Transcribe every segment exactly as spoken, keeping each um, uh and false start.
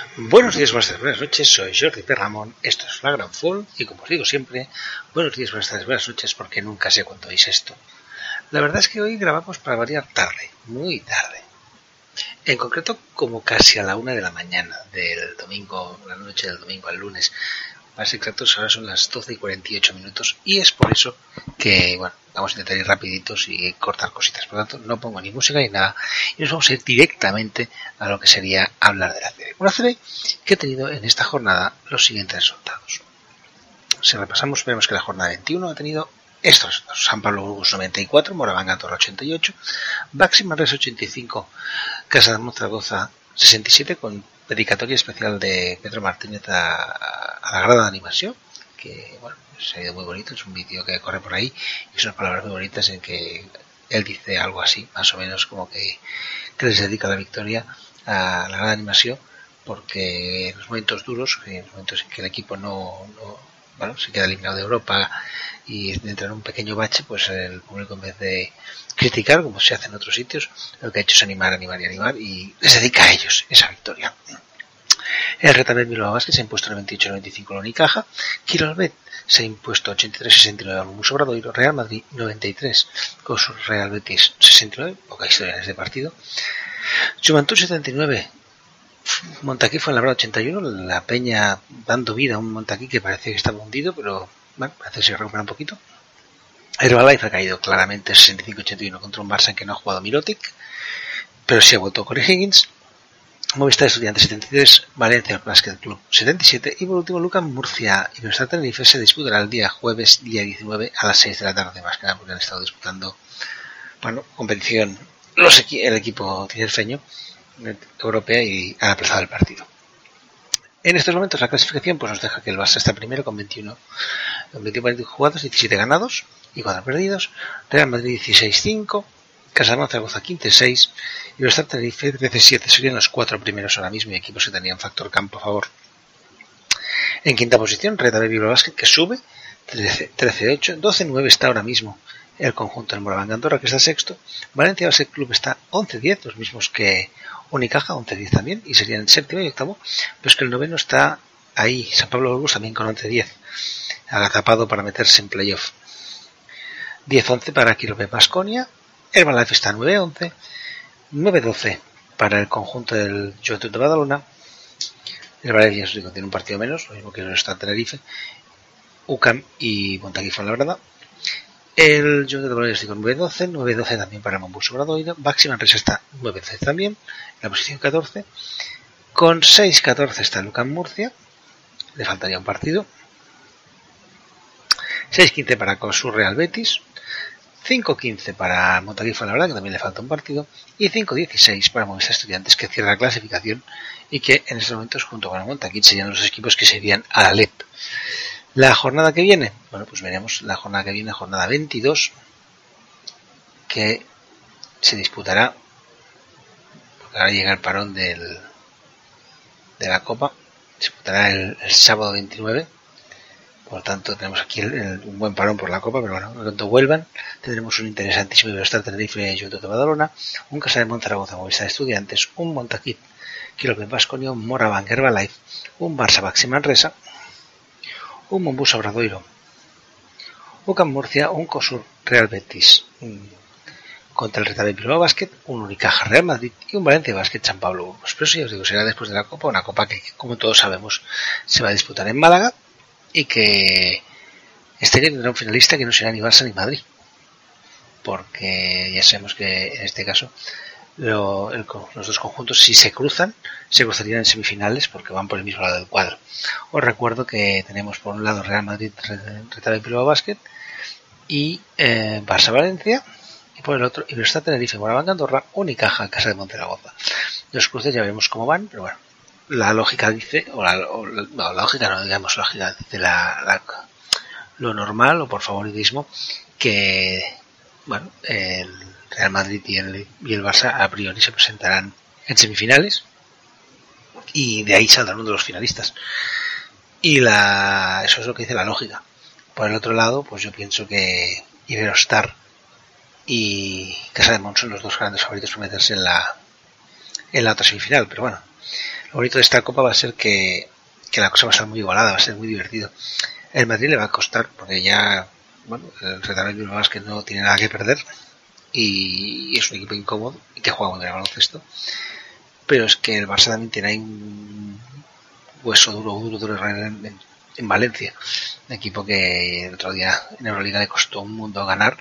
Buenos días, buenas tardes, buenas noches, soy Jordi Perramón, esto es la Gran Full y como os digo siempre, buenos días, buenas tardes, buenas noches porque nunca sé cuándo veis esto. La verdad es que hoy grabamos para variar tarde, muy tarde. En concreto como casi a la una de la mañana del domingo, la noche del domingo al lunes. Para ser exactos, ahora son las doce y cuarenta y ocho minutos y es por eso que, bueno, vamos a intentar ir rapiditos y cortar cositas. Por lo tanto, no pongo ni música ni nada y nos vamos a ir directamente a lo que sería hablar de la C B. Una C B que ha tenido en esta jornada los siguientes resultados. Si repasamos, vemos que la jornada veintiuno ha tenido estos resultados: San Pablo Burgos noventa y cuatro, Moraván Andorra ochenta y ocho, Baxi Manresa ochenta y cinco, Casa de Zaragoza sesenta y siete, con dedicatoria especial de Pedro Martínez a, a la grada de animación, que bueno, se ha ido muy bonito, es un vídeo que corre por ahí y son palabras muy bonitas en que él dice algo así, más o menos como que, que les dedica la victoria a la grada de animación, porque en los momentos duros, en los momentos en que el equipo no, no bueno, se queda eliminado de Europa y entra en un pequeño bache, pues el público, en vez de criticar como se hace en otros sitios, lo que ha hecho es animar, animar y animar, y les dedica a ellos esa victoria. El Retabet Bilbao Basket se ha impuesto noventa y ocho noventa y cinco a Unicaja, Quirolbet se ha impuesto ochenta y tres sesenta y nueve al Mombus Obradoiro, Real Madrid noventa y tres con su Real Betis sesenta y nueve, poca historia en este partido, Juventud setenta y nueve, Montaquí fue en la verdad ochenta y uno, la Peña dando vida a un Montaquí que parecía que estaba hundido, pero bueno, parece que se recupera un poquito. Herbalife ha caído claramente sesenta y cinco ochenta y uno contra un Barça en que no ha jugado Mirotic, pero sí ha vuelto Corey Higgins. Movistar Estudiantes setenta y tres, Valencia Basket Club setenta y siete y por último Lucas Murcia y Universidad Tenerife se disputará el día jueves, día diecinueve a las seis de la tarde, más que nada porque han estado disputando, bueno, competición los equi- el equipo tinerfeño europea y han aplazado el partido. En estos momentos la clasificación pues nos deja que el Barça está primero con veintiuno, con veintiuno jugados, diecisiete ganados y cuatro perdidos, Real Madrid dieciséis cinco, Casa de Zaragoza quince seis y los Tenerife trece siete. Serían los cuatro primeros ahora mismo y equipos que tenían factor campo a favor. En quinta posición, Retabet Bilbao Basket, que sube trece ocho, doce nueve está ahora mismo el conjunto del Moraván Andorra, que está sexto. Valencia Basket Club está once diez, los mismos que Unicaja, once diez también, y serían séptimo y octavo, pero es que el noveno está ahí, San Pablo Burgos también con once diez, agazapado para meterse en playoff. diez once para Quirolbet Baskonia, Herbalife está nueve once, nueve doce para el conjunto del Juventud de Badalona, el Valencia tiene un partido menos, lo mismo que el Stade Tenerife, U C A M y Montaquí Fuenlabrada. El Juventud de Badalona con nueve doce, nueve doce también para el Mombus Obradoiro, Baxi Manresa está nueve doce también, en la posición catorce, con seis catorce está Lucas Murcia, le faltaría un partido, seis quince para Cosur Real Betis, cinco quince para Montaquí Fuenlabrada, que también le falta un partido, y cinco dieciséis para Movistar Estudiantes, que cierra la clasificación y que en estos momentos junto con el Montaquí serían los equipos que se irían a la L E P. La jornada que viene, bueno, pues veremos la jornada que viene, jornada veintidós, que se disputará, porque ahora llega el parón del, de la Copa, se disputará el, el sábado veintinueve, por lo tanto tenemos aquí el, el, un buen parón por la Copa, pero bueno, cuando vuelvan tendremos un interesantísimo Universidad Tenerife y Juventud de Badalona, un Casa de Monzaragoza Movistar Estudiantes, un Montaquí Quirolbet Baskonia, un Moraván Herbalife, un Barça Baxi Manresa, un Mombus Obradoiro, U C A M Murcia, un Cosur Real Betis contra el Retabet Bilbao Basket, un Unicaja Real Madrid y un Valencia Basket San Pablo Burgos. Pero sí, os digo, será después de la Copa, una Copa que, como todos sabemos, se va a disputar en Málaga y que este año tendrá un finalista que no será ni Barça ni Madrid, porque ya sabemos que en este caso Lo, el, los dos conjuntos, si se cruzan, se cruzarían en semifinales porque van por el mismo lado del cuadro. Os recuerdo que tenemos por un lado Real Madrid, Retabet Bilbao Basket y eh, Barça Valencia, y por el otro Universidad Tenerife, Moraván Andorra, Unicaja, Casa de Monzaragoza. Los cruces ya veremos cómo van, pero bueno, la lógica dice, o la, o la, no, la lógica no digamos lógica, dice la, la, lo normal o por favoritismo, que bueno, el Real Madrid y el, y el Barça a priori se presentarán en semifinales y de ahí saldrán uno de los finalistas, y la eso es lo que dice la lógica. Por el otro lado, pues yo pienso que Iberostar y Casa de Mon son los dos grandes favoritos para meterse en la en la otra semifinal, pero bueno, Lo bonito de esta Copa va a ser que, que la cosa va a estar muy igualada, va a ser muy divertido. El Madrid le va a costar, porque ya, bueno, el Real Madrid Basket no tiene nada que perder y es un equipo incómodo y que juega muy bien al baloncesto. Pero es que el Barça también tiene ahí un hueso duro, duro, duro en, en, en Valencia. Un equipo que el otro día en Euroliga le costó un mundo ganar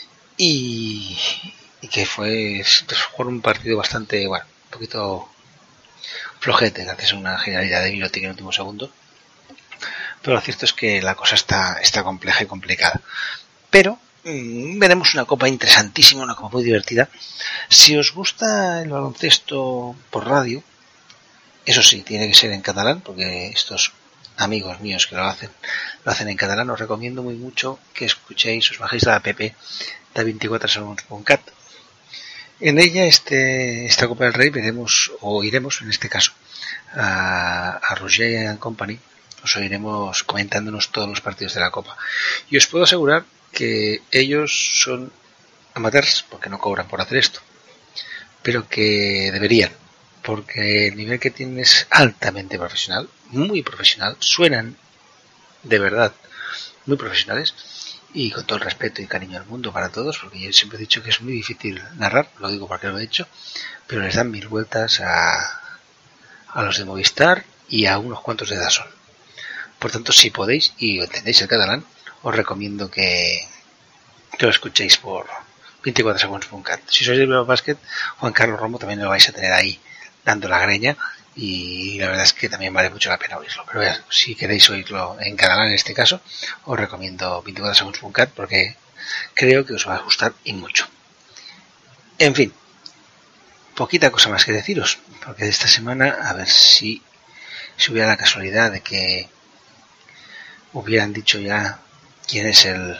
y, y que fue jugar un partido bastante, bueno, un poquito flojete, gracias a una genialidad de Mirotic en el último segundo. Pero lo cierto es que la cosa está, está compleja y complicada. Pero mmm, veremos una copa interesantísima, una copa muy divertida. Si os gusta el baloncesto por radio, eso sí, tiene que ser en catalán, porque estos amigos míos que lo hacen, lo hacen en catalán. Os recomiendo muy mucho que escuchéis, os bajéis la app de veinticuatro segons punto cat. En ella, este, esta Copa del Rey, veremos, o iremos en este caso, a, a Roger and Company. Os oiremos comentándonos todos los partidos de la Copa. Y os puedo asegurar que ellos son amateurs, porque no cobran por hacer esto, pero que deberían, porque el nivel que tienen es altamente profesional, muy profesional, suenan de verdad muy profesionales, y con todo el respeto y cariño al mundo para todos, porque yo siempre he dicho que es muy difícil narrar, lo digo porque lo he hecho, pero les dan mil vueltas a, a los de Movistar y a unos cuantos de DAZN. Por tanto, si podéis y entendéis el catalán, os recomiendo que, que lo escuchéis por veinticuatro segons punto cat. Si sois de Bilbao Basket, Juan Carlos Romo también lo vais a tener ahí dando la greña, y la verdad es que también vale mucho la pena oírlo. Pero vean, si queréis oírlo en catalán en este caso, os recomiendo veinticuatro segons punto cat, porque creo que os va a gustar y mucho. En fin, poquita cosa más que deciros, porque de esta semana, a ver si, si hubiera la casualidad de que hubieran dicho ya quién es el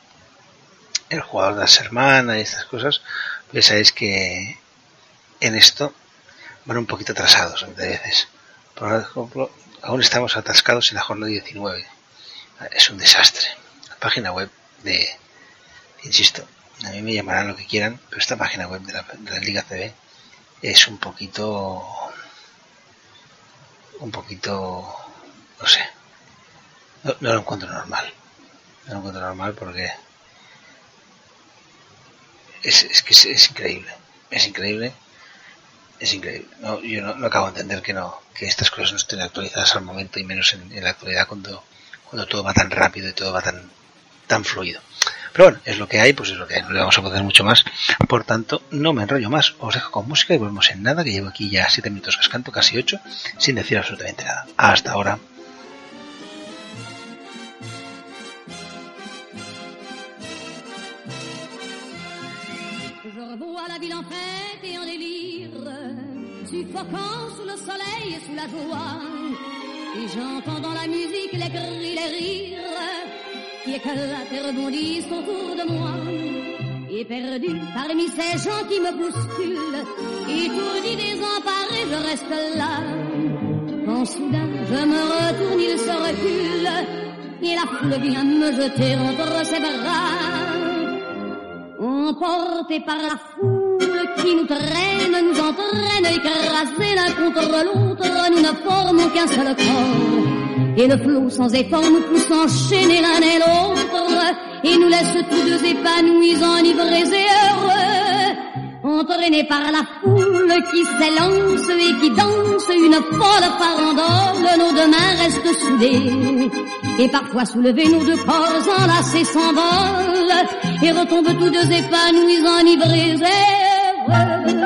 el jugador de la semana y estas cosas, pues sabéis que en esto van un poquito atrasados de veces. Por ejemplo, aún estamos atascados en la jornada diecinueve. Es un desastre. La página web de, insisto, a mí me llamarán lo que quieran, pero esta página web de la, de la Liga C B es un poquito un poquito no sé, no, no lo encuentro normal. No lo encuentro normal porque es, es que es, es increíble. Es increíble. Es increíble. No, yo no, no acabo de entender que no, que estas cosas no estén actualizadas al momento, y menos en, en la actualidad cuando, cuando todo va tan rápido y todo va tan, tan fluido. Pero bueno, es lo que hay, pues es lo que hay. No le vamos a poder mucho más. Por tanto, no me enrollo más. Os dejo con música y volvemos en nada, que llevo aquí ya siete minutos cascando, casi ocho, sin decir absolutamente nada. Hasta ahora. Suffoquant sous le soleil et sous la joie, et j'entends dans la musique les cris, les rires qui éclatent et rebondissent autour de moi. Et perdu parmi ces gens qui me bousculent, étourdi, désemparé, je reste là. Quand soudain je me retourne, il se recule, et la foule vient me jeter entre ses bras. Emporté par la foule qui nous traîne, nous entraîne, écrasés l'un contre l'autre, nous ne formons qu'un seul corps. Et le flot sans effort nous pousse enchaîner l'un et l'autre, et nous laisse tous deux épanouis, enivrés et heureux. Entraînés par la foule qui s'élance et qui danse une folle farandole, nos deux mains restent soudées, et parfois soulevés, nos deux corps enlacés s'envolent, et retombent tous deux épanouis, enivrés et heureux.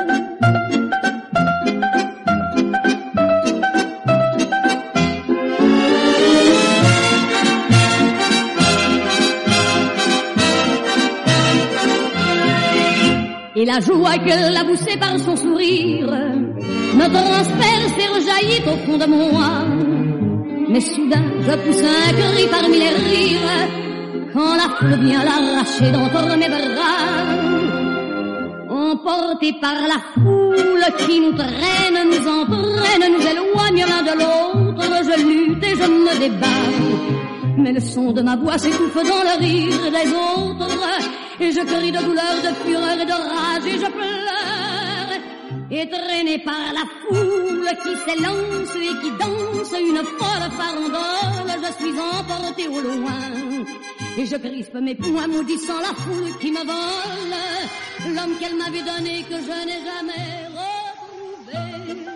Et la joie qu'elle l'a poussée par son sourire me transperce et rejaillit au fond de moi. Mais soudain, je pousse un cri parmi les rires, quand la foule vient l'arracher d'entre mes bras. Emportés par la foule qui nous traîne, nous entraîne, nous éloigne l'un de l'autre, je lutte et je me débat. Mais le son de ma voix s'étouffe dans le rire des autres, et je crie de douleur, de fureur et de rage, et je pleure. et traîné par la foule qui s'élance et qui danse une folle farandole, je suis emporté au loin et je crispe mes poings maudissant la foule qui me vole l'homme qu'elle m'avait donné que je n'ai jamais retrouvé.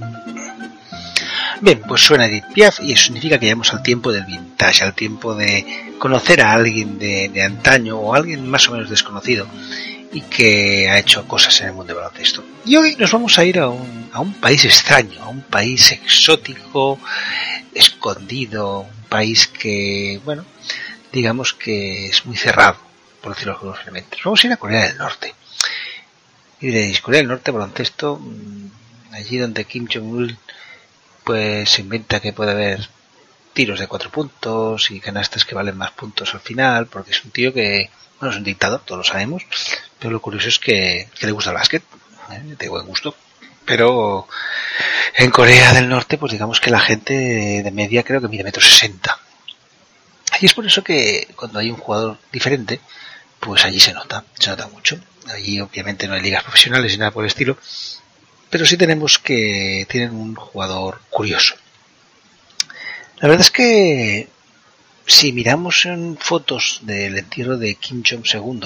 Bien, pues suena Edith Piaf y eso significa que llegamos al tiempo del vintage, al tiempo de conocer a alguien de, de antaño o a alguien más o menos desconocido y que ha hecho cosas en el mundo del baloncesto. Y hoy nos vamos a ir a un, a un país extraño, a un país exótico, escondido, un país que, bueno, digamos que es muy cerrado, por decirlo con los elementos. Vamos a ir a Corea del Norte. Y diréis, Corea del Norte, baloncesto, allí donde Kim Jong-un pues se inventa que puede haber tiros de cuatro puntos y canastas que valen más puntos al final, porque es un tío que, bueno, es un dictador, todos lo sabemos, pero lo curioso es que, que le gusta el básquet, ¿eh? De buen gusto. Pero en Corea del Norte, pues digamos que la gente de media creo que mide metro sesenta. Y es por eso que cuando hay un jugador diferente, pues allí se nota, se nota mucho. Allí obviamente no hay ligas profesionales ni nada por el estilo, pero sí tenemos que tienen un jugador curioso. La verdad es que si miramos en fotos del entierro de Kim Jong-un,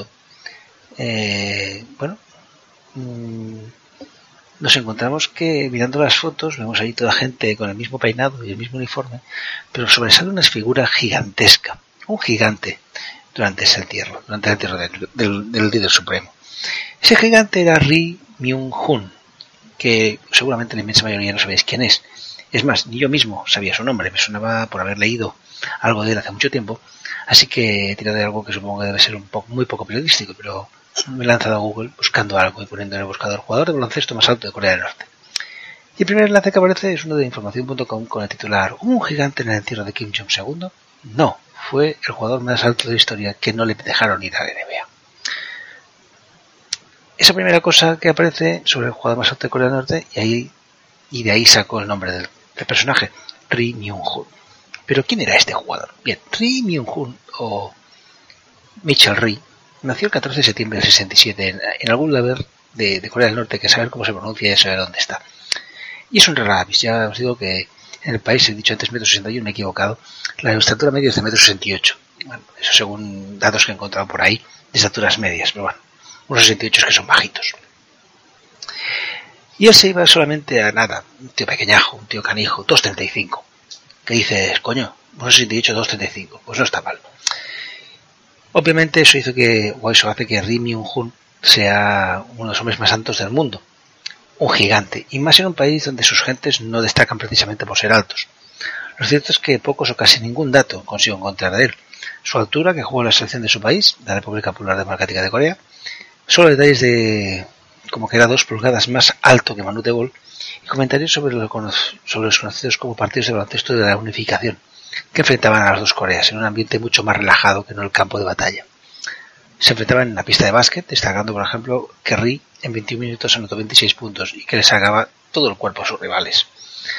eh, bueno, mmm, nos encontramos que mirando las fotos vemos ahí toda gente con el mismo peinado y el mismo uniforme, pero sobresale una figura gigantesca, un gigante durante ese entierro, durante el entierro del, del, del líder supremo. Ese gigante era Ri Myung-hun, que seguramente la inmensa mayoría no sabéis quién es. Es más, ni yo mismo sabía su nombre, me sonaba por haber leído algo de él hace mucho tiempo, así que he tirado de algo que supongo que debe ser un poco, muy poco periodístico, pero me he lanzado a Google buscando algo y poniendo en el buscador jugador de baloncesto más alto de Corea del Norte. Y el primer enlace que aparece es uno de información punto com con el titular ¿Un gigante en el entierro de Kim Jong-un? No, fue el jugador más alto de la historia que no le dejaron ir a la N B A. Esa primera cosa que aparece sobre el jugador más alto de Corea del Norte y ahí y de ahí sacó el nombre del, del personaje, Ri Myung-hun. Pero ¿quién era este jugador? Bien, Ri Myung-hun o Mitchell Ri nació el catorce de septiembre del sesenta y siete en, en algún lugar de, de Corea del Norte, que saber cómo se pronuncia y saber dónde está. Y es un raro avis, ya os digo que en el país he dicho antes metro sesenta y uno, me he equivocado, la estatura media es de metro sesenta y ocho. Bueno, eso según datos que he encontrado por ahí de estaturas medias, pero bueno, unos sesenta y ocho que son bajitos. Y él se iba solamente a nada, un tío pequeñajo, un tío canijo, dos treinta y cinco. ¿Qué dices, coño? uno sesenta y ocho, dos treinta y cinco. Pues no está mal. Obviamente eso hizo que, o eso hace que Ri Myung-hun sea uno de los hombres más altos del mundo. Un gigante. Y más en un país donde sus gentes no destacan precisamente por ser altos. Lo cierto es que pocos o casi ningún dato consigo encontrar de él. Su altura, que jugó en la selección de su país, la República Popular Democrática de Corea. Solo detalles de como que era dos pulgadas más alto que Manu Tebol y comentarios sobre, lo, sobre los conocidos como partidos de baloncesto de la unificación que enfrentaban a las dos Coreas en un ambiente mucho más relajado que en el campo de batalla. Se enfrentaban en la pista de básquet, destacando por ejemplo que Ri en veintiún minutos anotó veintiséis puntos y que les sacaba todo el cuerpo a sus rivales.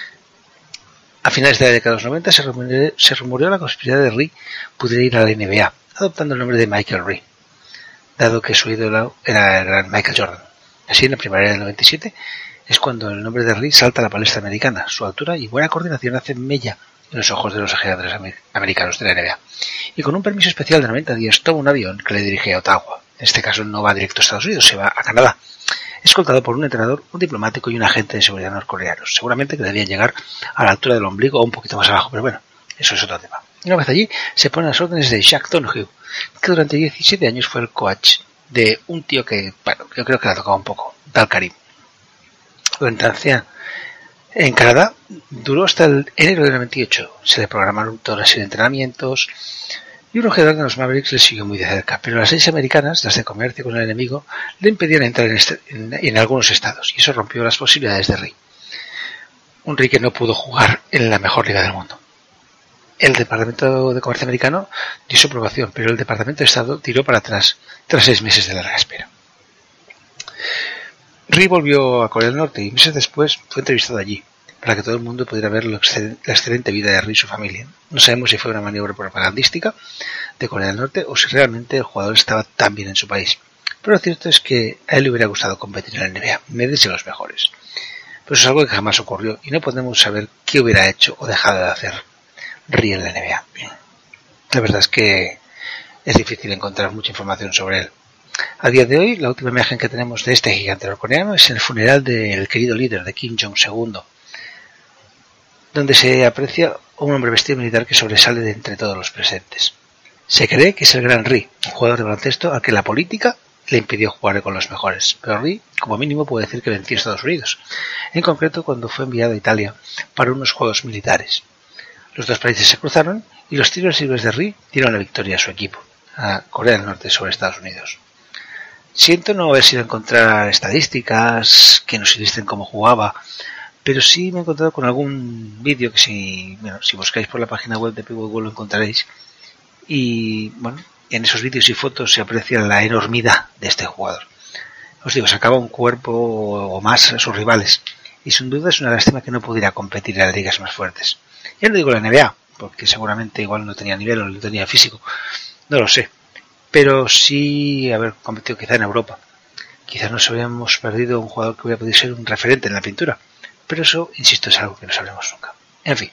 A finales de la década de los noventa se rumoreó, se rumoreó la posibilidad de Ri pudiera ir a la N B A, adoptando el nombre de Michael Ri, dado que su ídolo era el gran Michael Jordan. Así, en la primavera del noventa y siete es cuando el nombre de Ri salta a la palestra americana. Su altura y buena coordinación hacen mella en los ojos de los jugadores americanos de la N B A. Y con un permiso especial de noventa días toma un avión que le dirige a Ottawa. En este caso no va directo a Estados Unidos, se va a Canadá. Escoltado por un entrenador, un diplomático y un agente de seguridad norcoreanos. Seguramente que debían llegar a la altura del ombligo o un poquito más abajo, pero bueno, eso es otro tema. Una vez allí se ponen las órdenes de Jacques Donoghue, que durante diecisiete años fue el coach de un tío que, bueno, yo creo que la tocaba un poco, Tal Karim. Su estancia en Canadá duró hasta el enero del noventa y ocho. Se le programaron toda una serie de entrenamientos y un ojeador de los Mavericks le siguió muy de cerca, pero las leyes americanas, las de comercio con el enemigo, le impedían entrar en, este, en, en algunos estados y eso rompió las posibilidades de Ri. Un Ri que no pudo jugar en la mejor liga del mundo. El Departamento de Comercio americano dio su aprobación, pero el Departamento de Estado tiró para atrás tras seis meses de larga espera. Ri volvió a Corea del Norte y meses después fue entrevistado allí, para que todo el mundo pudiera ver lo excel- la excelente vida de Ri y su familia. No sabemos si fue una maniobra propagandística de Corea del Norte o si realmente el jugador estaba tan bien en su país. Pero lo cierto es que a él le hubiera gustado competir en la N B A, medirse los mejores. Pero eso es algo que jamás ocurrió y no podemos saber qué hubiera hecho o dejado de hacer Ri en la N B A. La verdad es que es difícil encontrar mucha información sobre él. A día de hoy, la última imagen que tenemos de este gigante norcoreano es el funeral del querido líder de Kim Jong-segundo, donde se aprecia un hombre vestido militar que sobresale de entre todos los presentes. Se cree que es el gran Ri, un jugador de baloncesto al que la política le impidió jugar con los mejores, pero Ri, como mínimo, puede decir que venció a Estados Unidos, en concreto cuando fue enviado a Italia para unos juegos militares. Los dos países se cruzaron y los tiros libres de Ri dieron la victoria a su equipo, a Corea del Norte sobre Estados Unidos. Siento no haber sido a encontrar estadísticas que nos ilustren cómo jugaba, pero sí me he encontrado con algún vídeo que si, bueno, si buscáis por la página web de Pivotal lo encontraréis. Y bueno, en esos vídeos y fotos se aprecia la enormidad de este jugador. Os digo, sacaba un cuerpo o más a sus rivales y sin duda es una lástima que no pudiera competir en las ligas más fuertes. Ya no digo la N B A, porque seguramente igual no tenía nivel o no tenía físico, no lo sé. Pero sí haber competido quizá en Europa. Quizás nos habíamos perdido un jugador que hubiera podido ser un referente en la pintura. Pero eso, insisto, es algo que no sabremos nunca. En fin.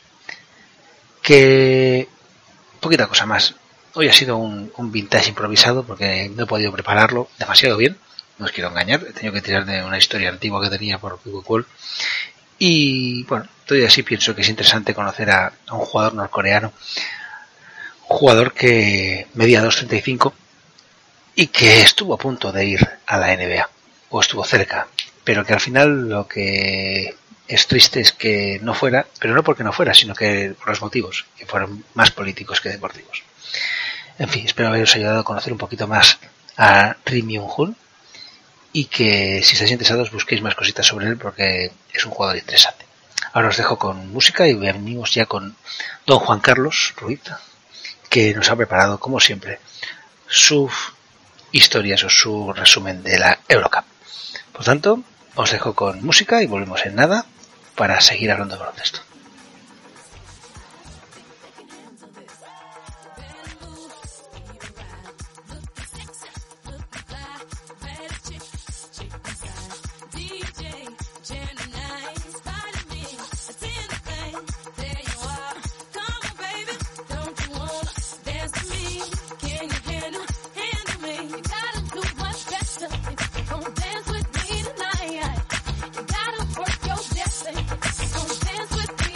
Que... poquita cosa más. Hoy ha sido un, un vintage improvisado porque no he podido prepararlo demasiado bien. No os quiero engañar. He tenido que tirar de una historia antigua que tenía por Google. Y bueno, todavía sí pienso que es interesante conocer a, a un jugador norcoreano. Un jugador que medía dos treinta y cinco y que estuvo a punto de ir a la N B A, o estuvo cerca, pero que al final lo que es triste es que no fuera, pero no porque no fuera, sino que por los motivos, que fueron más políticos que deportivos. En fin, espero haberos ayudado a conocer un poquito más a Ri Myung-hun y que si estáis interesados busquéis más cositas sobre él porque es un jugador interesante. Ahora os dejo con música y venimos ya con don Juan Carlos Ruiz, que nos ha preparado, como siempre, sus historias o su resumen de la Eurocup. Por tanto, os dejo con música y volvemos en nada para seguir hablando de baloncesto. Dance with me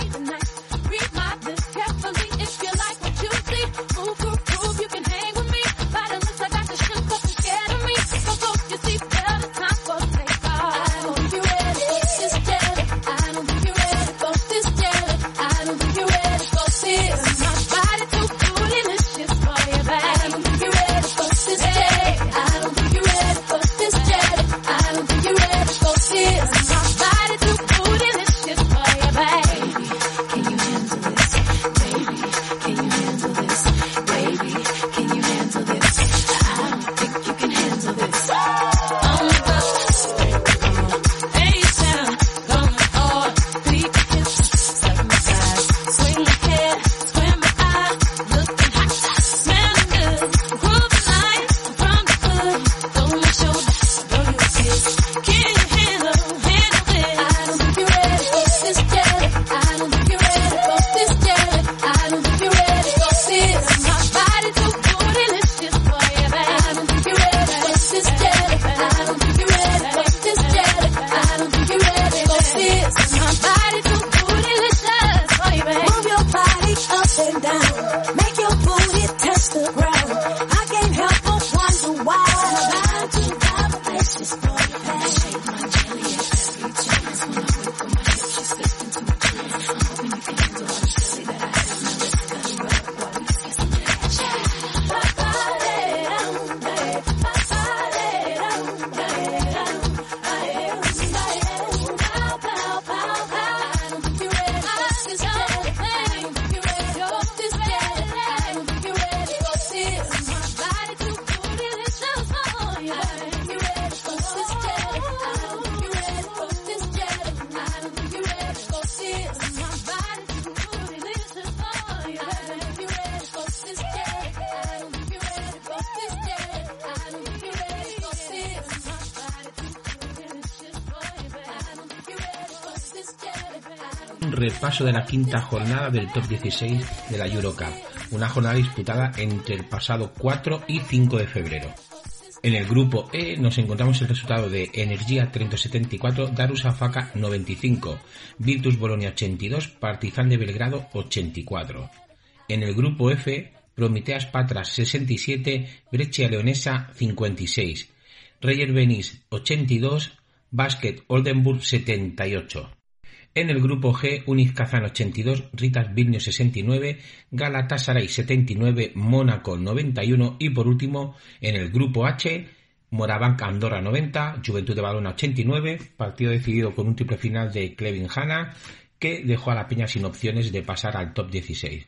un repaso de la quinta jornada del top dieciséis de la Eurocup, una jornada disputada entre el pasado cuatro y cinco de febrero. En el grupo E nos encontramos el resultado de Energia Trento setenta y cuatro, Darussafaka noventa y cinco, Virtus Bologna ochenta y dos, Partizan de Belgrado ochenta y cuatro. En el grupo F, Prometeas Patras sesenta y siete, Brescia Leonesa cincuenta y seis, Reyer Benis ochenta y dos, Basket Oldenburg setenta y ocho. En el grupo G, Uniz Kazan ochenta y dos, Ritas Vilnius sesenta y nueve, Galatasaray setenta y nueve, Mónaco noventa y uno y por último, en el grupo H, Morabanc Andorra noventa, Juventud de Badalona ochenta y nueve, partido decidido con un triple final de Clevin Hanna que dejó a la Peña sin opciones de pasar al top dieciséis.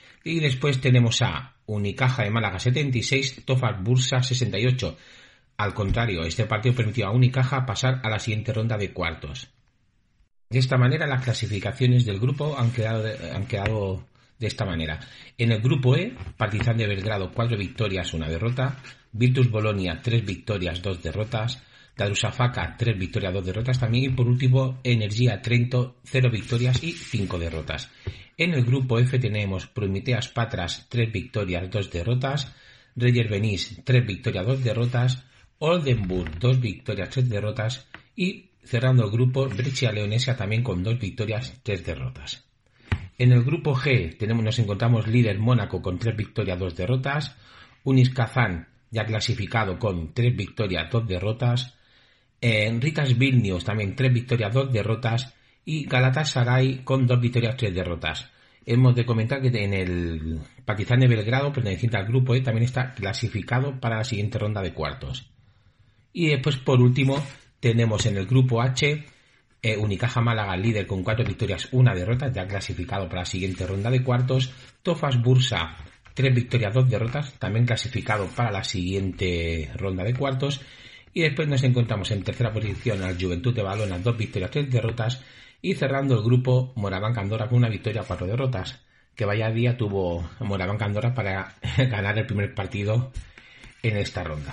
Y después tenemos a Unicaja de Málaga setenta y seis, Tofas Bursa sesenta y ocho. Al contrario, este partido permitió a Unicaja pasar a la siguiente ronda de cuartos. De esta manera, las clasificaciones del grupo han quedado de, han quedado de esta manera. En el grupo E, Partizan de Belgrado cuatro victorias, una derrota, Virtus Bologna tres victorias, dos derrotas, Darussafaka tres victorias, dos derrotas también y por último Energia Trento cero victorias y cinco derrotas. En el grupo F tenemos Prometeas Patras tres victorias, dos derrotas, Reyer Benis tres victorias, dos derrotas, Oldenburg dos victorias, tres derrotas y cerrando el grupo Brescia Leonesa también con dos victorias, tres derrotas. En el grupo G tenemos, nos encontramos líder Mónaco con tres victorias, dos derrotas, Uniz Kazan ya clasificado con tres victorias, dos derrotas, en Ritas Vilnius también tres victorias, dos derrotas y Galatasaray con dos victorias, tres derrotas. Hemos de comentar que en el Partizan de Belgrado, perteneciente al grupo E, también está clasificado para la siguiente ronda de cuartos. Y después, por último, tenemos en el grupo H eh, Unicaja Málaga líder con cuatro victorias, una derrota, ya clasificado para la siguiente ronda de cuartos. Tofas Bursa tres victorias, dos derrotas, también clasificado para la siguiente ronda de cuartos. Y después nos encontramos en tercera posición al Juventud de Badalona, dos victorias, tres derrotas. Y cerrando el grupo Morabanc Andorra con una victoria, cuatro derrotas. Que vaya día tuvo Morabanc Andorra para ganar el primer partido en esta ronda.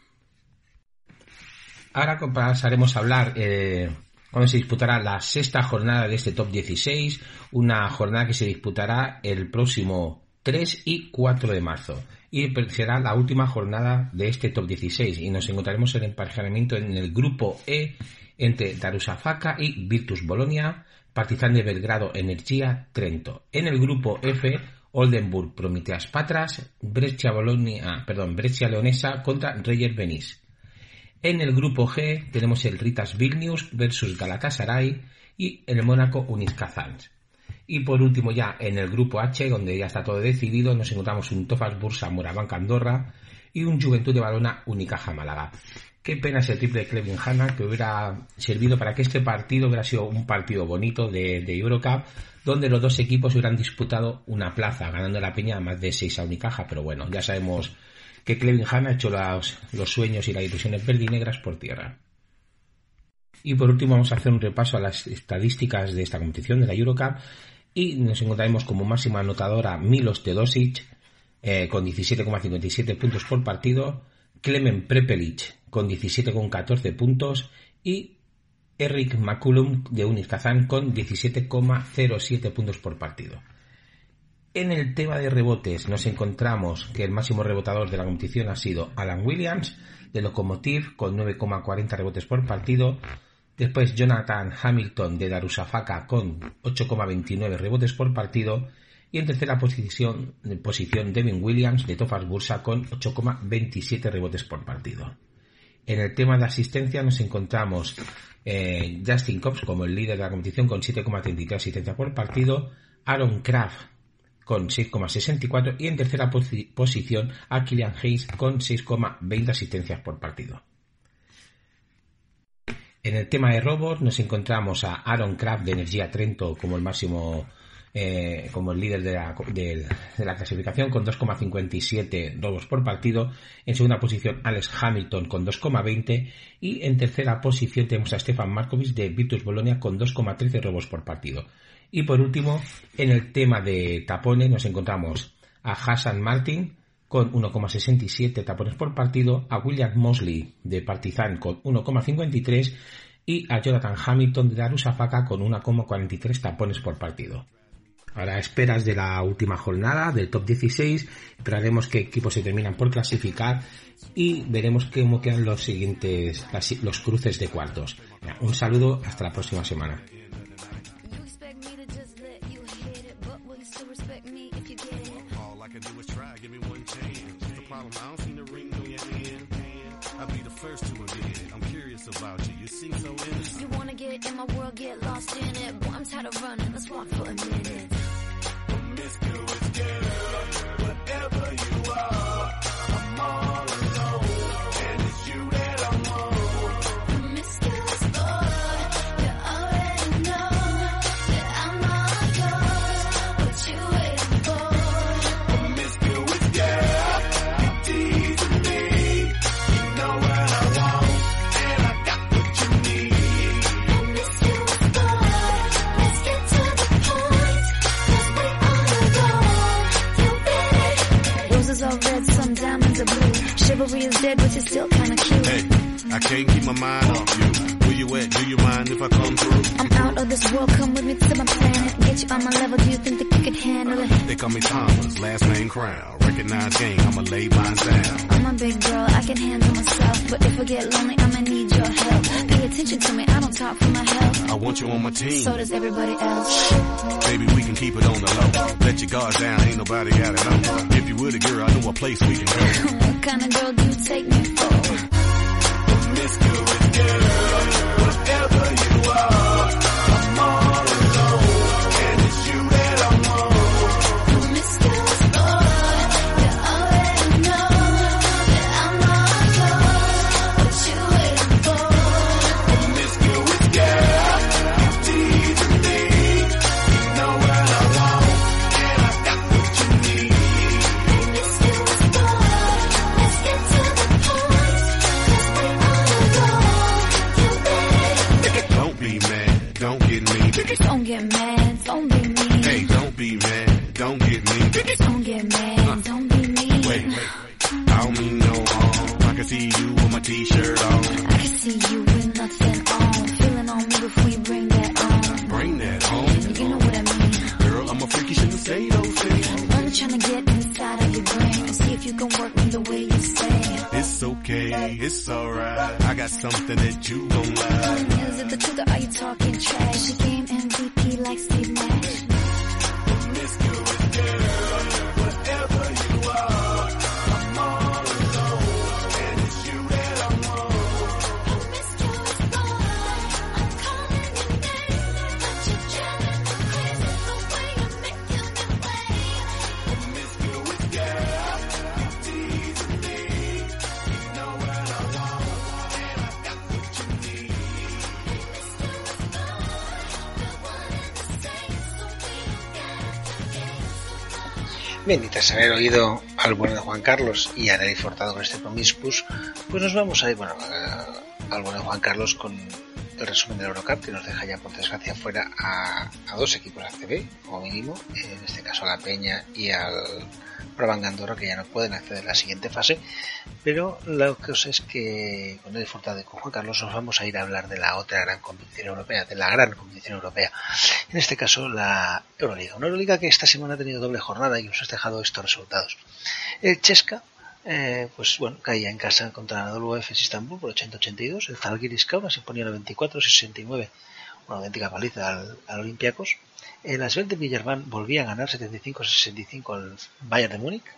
Ahora pasaremos a hablar eh, cuando se disputará la sexta jornada de este top dieciséis, una jornada que se disputará el próximo tres y cuatro de marzo y será la última jornada de este top dieciséis y nos encontraremos en el emparejamiento en el grupo E entre Darussafaka y Virtus Bologna, Partizan de Belgrado, Energia Trento. En el grupo F, Oldenburg Prometeas Patras, Brescia Bologna, perdón, Brescia Leonesa contra Reyer Benis. En el grupo G tenemos el Ritas Vilnius versus Galatasaray y el Mónaco Uniz Kazan. Y por último ya en el grupo H, donde ya está todo decidido, nos encontramos un Tofas Bursa Morabanc Andorra y un Juventud de Badalona Unicaja Málaga. Qué pena ese triple de Clevin Hanna que hubiera servido para que este partido hubiera sido un partido bonito de, de Eurocup, donde los dos equipos hubieran disputado una plaza, ganando la Peña más de seis a Unicaja, pero bueno, ya sabemos que Clevin Hanna ha hecho los, los sueños y las ilusiones verdinegras por tierra. Y por último vamos a hacer un repaso a las estadísticas de esta competición de la Eurocup y nos encontraremos como máxima anotadora Milos Teodosic eh, con diecisiete coma cincuenta y siete puntos por partido, Klemen Prepelic con diecisiete coma catorce puntos y Eric McCullum de Uniz Kazan con diecisiete coma cero siete puntos por partido. En el tema de rebotes nos encontramos que el máximo rebotador de la competición ha sido Alan Williams de Lokomotiv con nueve coma cuarenta rebotes por partido. Después Jonathan Hamilton de Darussafaka con ocho coma veintinueve rebotes por partido. Y en tercera posición, posición Devin Williams de Tofas Bursa con ocho coma veintisiete rebotes por partido. En el tema de asistencia nos encontramos eh, Justin Cobbs como el líder de la competición con siete coma treinta y tres asistencias por partido. Aaron Craft con seis coma sesenta y cuatro y en tercera posi- posición a Killian Hayes con seis coma veinte asistencias por partido. En el tema de robos nos encontramos a Aaron Craft de Energia Trento como el máximo eh, como el líder de la, de, de la clasificación con dos coma cincuenta y siete robos por partido. En segunda posición Alex Hamilton con dos coma veinte y en tercera posición tenemos a Stefan Markovic de Virtus Bologna con dos coma trece robos por partido. Y por último, en el tema de tapones nos encontramos a Hassan Martin con uno coma sesenta y siete tapones por partido, a William Mosley de Partizan con uno coma cincuenta y tres y a Jonathan Hamilton de Darusafaka con uno coma cuarenta y tres tapones por partido. Ahora a esperas de la última jornada del top dieciséis, esperaremos qué equipos se terminan por clasificar y veremos cómo quedan los siguientes, los cruces de cuartos. Un saludo, hasta la próxima semana. You wanna get in my world, get lost in it. Boy, I'm tired of running, let's walk for a minute. Promiscuous girl, whatever you are, I'm all alone, and it's you that I want. Promiscuous boy, you already know that I'm all yours. What you waiting for? Promiscuous girl, you teasing me, you know what I want, and I got what you need. Promiscuous boy, let's get to the point, 'cause we on the go. You ready? Roses are red, some diamonds are blue. Chivalry is dead, but you're still kinda cute. Hey, I can't keep my mind off you. Where you at? Do you mind if I come through? I'm out of this world, come with me to my planet. Get you on my level, do you think that you could handle it? They call me Thomas, last name Crown. Recognize game, I'ma lay mine down. I'm a big girl, I can handle myself. But if I get lonely, I'ma need your help. Pay attention to me, I don't talk for my health. I want you on my team. So does everybody else. Baby, we can keep it on the low. Let your guard down, ain't nobody got it on. If you were the girl, I know a place we can go. What kind of girl do you take me for? Promiscuous girl, whatever you are, I'm all alone, and it's you that I want. Promiscuous boy, you already know that I'm all yours. What you waiting for? Promiscuous girl, you teasing me, you know what I want, and I got what you need. Promiscuous boy, let's get to the point, 'cause we on the go. You ready? Don't be mad, don't get me. Don't get mad, don't be mean. Hey, don't be mad, don't get me. Don't get mad, don't be mean. Wait, wait, I don't mean no harm. I can see you with my t-shirt on. I can see you with nothing on. Feeling on me before you bring that on. Bring that home. You know what I mean. Girl, I'm a freak, you shouldn't say those things. I'm trying to get inside of your brain and see if you can work me the way you say. It's okay, it's alright. I got something that you gon' like. Is it the truth or are you talking trash? She game M V P like Steve Nash. Promiscuous girl, whatever you are, I'm all alone, and it's you that I want. Promiscuous boy, I'm calling your name, but you're driving me crazy the way you're making me wait. Promiscuous girl, you teasing me, you know what I want, and I got what you need. Promiscuous boy, we're one and the same, so we don't gotta forget. Bien, y tras haber oído al bueno de Juan Carlos y a Nelly Furtado con este Promiscuous, pues nos vamos a ir, bueno, a- al bueno de Juan Carlos con el resumen del Eurocup, que nos deja ya por desgracia fuera a, a dos equipos A C B, como mínimo, en este caso a la Peña y al Proban Andorra, que ya no pueden acceder a la siguiente fase. Pero la cosa es que con Nelly Furtado y con Juan Carlos nos vamos a ir a hablar de la otra gran competición europea, de la gran competición europea, en este caso la Euroliga, una Euroliga que esta semana ha tenido doble jornada y nos ha dejado estos resultados. El Chesca, eh, pues bueno, caía en casa contra el W F S Istanbul por ochenta a ochenta y dos, el Zalgiris Kaunas se ponía noventa y cuatro a sesenta y nueve, una auténtica paliza al, al Olympiacos. El Asvel de Villarban volvía a ganar setenta y cinco a sesenta y cinco al Bayern de Múnich.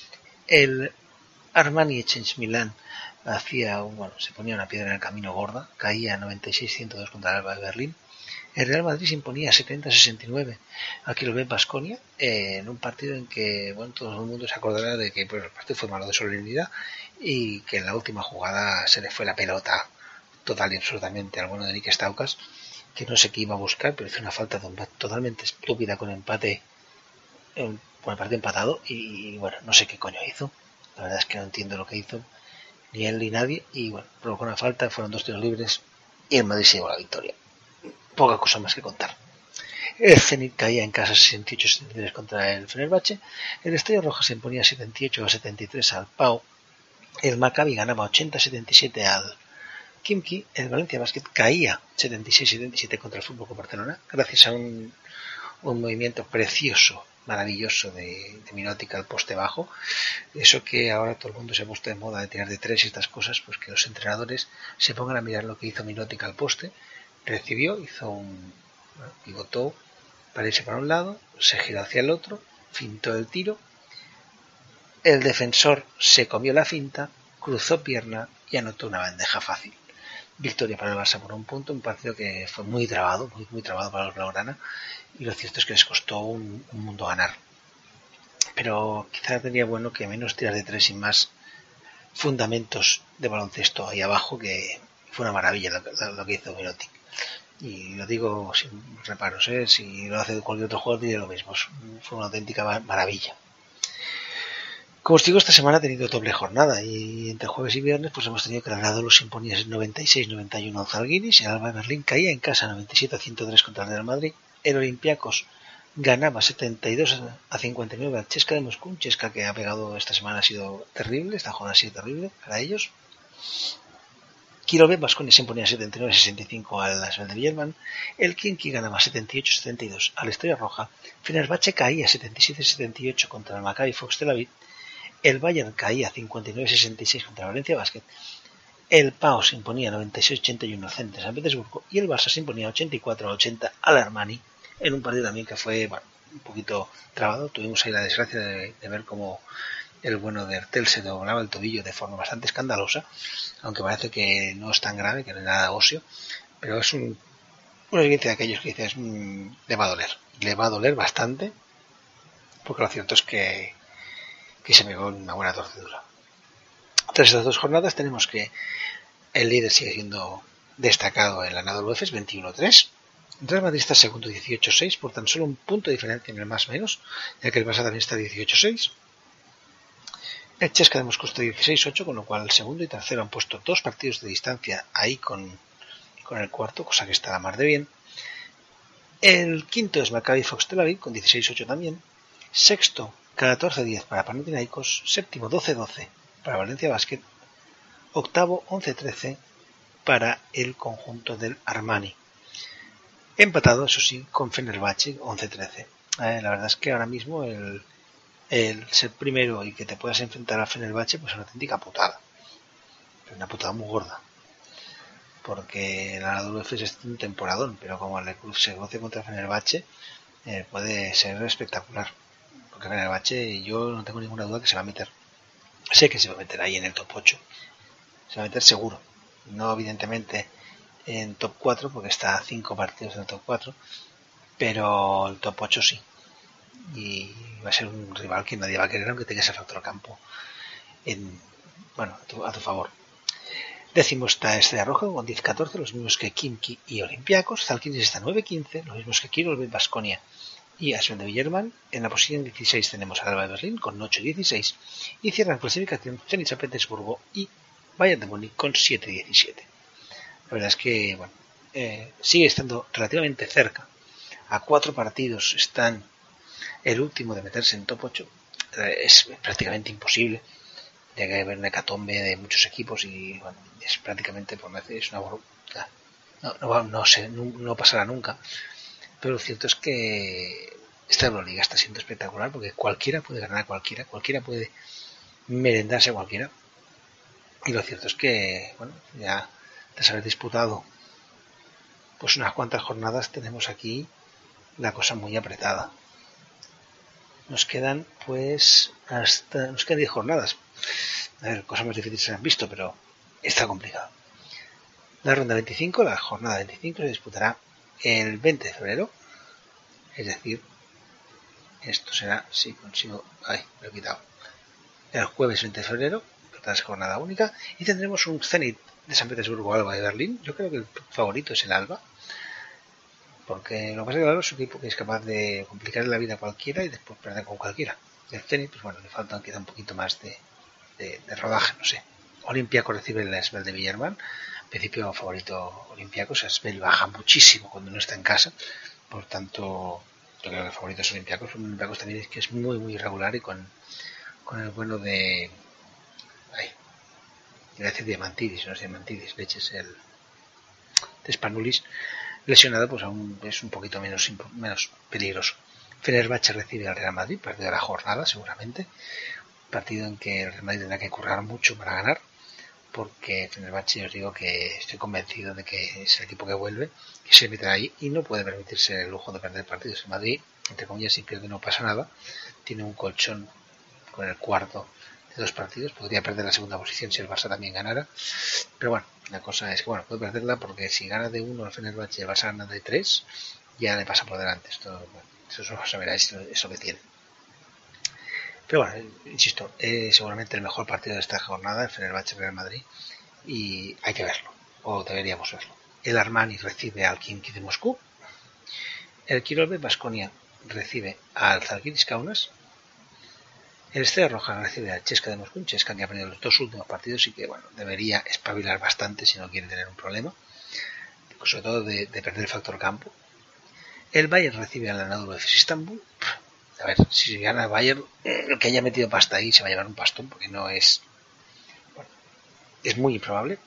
El Armani Exchange Milán hacía, bueno, se ponía una piedra en el camino gorda, caía noventa y seis a ciento dos contra el Alba de Berlín. El Real Madrid se imponía setenta a sesenta y nueve aquí lo ve Baskonia, eh, en un partido en que, bueno, todo el mundo se acordará de que pues, el partido fue malo de solemnidad y que en la última jugada se le fue la pelota total y absolutamente al bueno de Nick Staukas, que no sé qué iba a buscar, pero hizo una falta totalmente estúpida con empate, en, con el partido empatado, y bueno, no sé qué coño hizo. La verdad es que no entiendo lo que hizo, ni él ni nadie, y bueno, provocó una falta, fueron dos tiros libres, y el Madrid se llevó la victoria. Poca cosa más que contar. El Zenit caía en casa sesenta y ocho a setenta y tres contra el Fenerbahce, el Estrella Roja se imponía setenta y ocho a setenta y tres al Pau, el Maccabi ganaba ochenta a setenta y siete al Khimki, el Valencia Basket caía setenta y seis setenta y siete contra el F C Barcelona gracias a un, un movimiento precioso, maravilloso de, de Minótica al poste bajo. Eso que ahora todo el mundo se ha puesto de moda de tirar de tres y estas cosas, pues que los entrenadores se pongan a mirar lo que hizo Minótica al poste. Recibió, hizo un bueno, pivotó para irse para un lado, se giró hacia el otro, fintó el tiro, el defensor se comió la finta, cruzó pierna y anotó una bandeja fácil. Victoria para el Barça por un punto, un partido que fue muy trabado, muy, muy trabado para los blaugrana, y lo cierto es que les costó un, un mundo ganar. Pero quizás sería bueno que menos tirar de tres y más fundamentos de baloncesto ahí abajo, que fue una maravilla lo, lo, lo que hizo Minótica. Y lo digo sin reparos, ¿eh? Si lo hace cualquier otro jugador diría lo mismo, fue una auténtica maravilla. Como os digo, esta semana ha tenido doble jornada y entre jueves y viernes pues hemos tenido que Granada los imponía noventa y seis noventa y uno al Zalgiris, el Alba de Berlín caía en casa noventa y siete a ciento tres contra el Real Madrid, el Olympiacos ganaba setenta y dos a cincuenta y nueve al Chesca de Moscú, un Chesca que ha pegado esta semana ha sido terrible, esta jornada ha sido terrible para ellos. Kirov Baskonia se imponía setenta y nueve a sesenta y cinco al Asbel de Villelman, el Khimki ganaba setenta y ocho a setenta y dos al Estrella Roja, Fenerbahce caía setenta y siete a setenta y ocho contra el Maccabi Fox Tel Aviv, el Bayern caía cincuenta y nueve a sesenta y seis contra el Valencia Basket, el P A O se imponía noventa y seis a ochenta y uno al Zenit de San Petersburgo y el Barça se imponía ochenta y cuatro a ochenta al Armani en un partido también que fue bueno, un poquito trabado. Tuvimos ahí la desgracia de, de ver cómo el bueno de Ertel se doblaba el tobillo de forma bastante escandalosa, aunque parece que no es tan grave, que no es nada óseo, pero es un, una evidencia de aquellos que dices mmm, le va a doler, le va a doler bastante, porque lo cierto es que que se pegó una buena torcedura. Tras estas dos jornadas tenemos que el líder sigue siendo destacado en la Anadolu Efes veintiuno a tres. El Real Madrid está segundo dieciocho a seis por tan solo un punto de diferencia en el más menos, ya que el Barça también está dieciocho a seis. El Chesca de Moscú está dieciséis a ocho, con lo cual el segundo y tercero han puesto dos partidos de distancia ahí con, con el cuarto, cosa que está a la mar de bien. El quinto es Maccabi Fox Tel Aviv con dieciséis a ocho también. Sexto catorce a diez para Panathinaikos, séptimo doce a doce para Valencia Basket, octavo once a trece para el conjunto del Armani. Empatado, eso sí, con Fenerbahce once a trece. Eh, la verdad es que ahora mismo el, el ser primero y que te puedas enfrentar a Fenerbahce pues es una auténtica putada. Una putada muy gorda. Porque la W F es un temporadón, pero como el club se goce contra Fenerbahce, eh, puede ser espectacular. Porque Fenerbahce yo no tengo ninguna duda que se va a meter. Sé que se va a meter ahí en el top ocho. Se va a meter seguro. No evidentemente en top cuatro, porque está a cinco partidos en el top cuatro. Pero el top ocho sí. Y va a ser un rival que nadie va a querer, aunque tenga ese factor campo en, bueno, a tu, a tu favor. Décimo está Estrella Roja con diez a catorce, los mismos que Khimki y Olympiacos. Zalgiris está nueve a quince, los mismos que Kirov Baskonia y Asbel de Villelman. En la posición dieciséis tenemos al Alba de Berlín con ocho a dieciséis y cierran clasificación Zenit San Petersburgo y Bayern de Múnich con siete a diecisiete. La verdad es que bueno, eh, sigue estando relativamente cerca. A cuatro partidos están el último de meterse en top ocho. Eh, es prácticamente imposible, ya que hay una hecatombe de muchos equipos y bueno, es prácticamente, por no decir, es una burbuja. No, no, no, sé, no, no pasará nunca. Pero lo cierto es que esta Euroliga está siendo espectacular porque cualquiera puede ganar a cualquiera, cualquiera puede merendarse a cualquiera. Y lo cierto es que, bueno, ya tras haber disputado pues unas cuantas jornadas tenemos aquí la cosa muy apretada. Nos quedan pues hasta, nos quedan diez jornadas. A ver, cosas más difíciles se han visto, pero está complicado. La ronda veinticinco, la jornada veinticinco se disputará el veinte de febrero, es decir, esto será, si consigo, ay, me he quitado, el jueves veinte de febrero, es jornada única, y tendremos un Zenit de San Petersburgo, Alba de Berlín. Yo creo que el favorito es el Alba, porque lo que pasa es que el Alba es un equipo que es capaz de complicarle la vida a cualquiera y después perder con cualquiera. El Zenit, pues bueno, le falta quizá un poquito más de, de, de rodaje, no sé. Olympiacos recibe el Asbel de Villelman. En principio favorito Olympiacos. Asbel baja muchísimo cuando no está en casa, por tanto yo creo que el favorito es Olympiacos. Olympiacos también es que es muy muy irregular y con, con el bueno de ay, iba a decir Diamantidis, no es Diamantidis, leches, el de Spanulis, lesionado, pues aún es un poquito menos, menos peligroso. Fenerbahce recibe al Real Madrid, partido de la jornada seguramente, partido en que el Real Madrid tendrá que currar mucho para ganar, porque Fenerbahce, os digo que estoy convencido de que es el equipo que vuelve, que se meterá ahí y no puede permitirse el lujo de perder partidos. El Madrid, entre comillas, si pierde no pasa nada, tiene un colchón con el cuarto de dos partidos, podría perder la segunda posición si el Barça también ganara, pero bueno, la cosa es que bueno, puede perderla porque si gana de uno el Fenerbahce y el Barça gana de tres, ya le pasa por delante. Esto, bueno, eso se verá, eso, eso que tiene. Pero bueno, insisto, es seguramente el mejor partido de esta jornada, el Fenerbahce Real Madrid, y hay que verlo, o deberíamos verlo. El Armani recibe al Khimki de Moscú, el Kirolbe Baskonia recibe al Zalgiris Kaunas, el Estrella Roja recibe al Chesca de Moscú, Chesca que ha perdido los dos últimos partidos y que bueno, debería espabilar bastante si no quiere tener un problema, sobre todo de, de perder el factor campo. El Bayern recibe al Anadolu Efes Istambul. A ver, si gana el Bayern, el que haya metido pasta ahí se va a llevar un pastón, porque no es... Bueno, es muy improbable.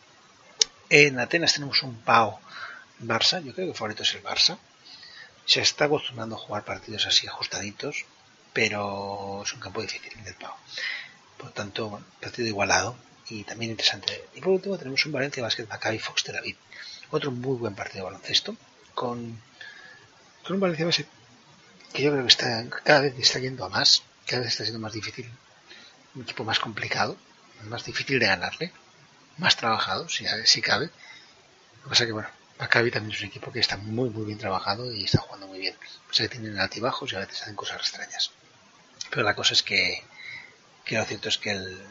En Atenas tenemos un Pau Barça, yo creo que el favorito es el Barça. Se está acostumbrando a jugar partidos así ajustaditos, pero es un campo difícil del Pau. Por lo tanto, bueno, partido igualado y también interesante. Y por último tenemos un Valencia Basket Maccabi Fox Tel Aviv. Otro muy buen partido de baloncesto, con, con un Valencia Basket que yo creo que está cada vez está yendo a más, cada vez está siendo más difícil, un equipo más complicado, más difícil de ganarle, más trabajado, si, si cabe. Lo que pasa que, bueno, Maccabi también es un equipo que está muy muy bien trabajado y está jugando muy bien. O sea que tienen altibajos y a veces hacen cosas extrañas. Pero la cosa es que, que lo cierto es que el,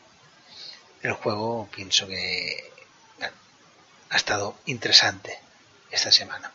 el juego, pienso que bueno, ha estado interesante esta semana.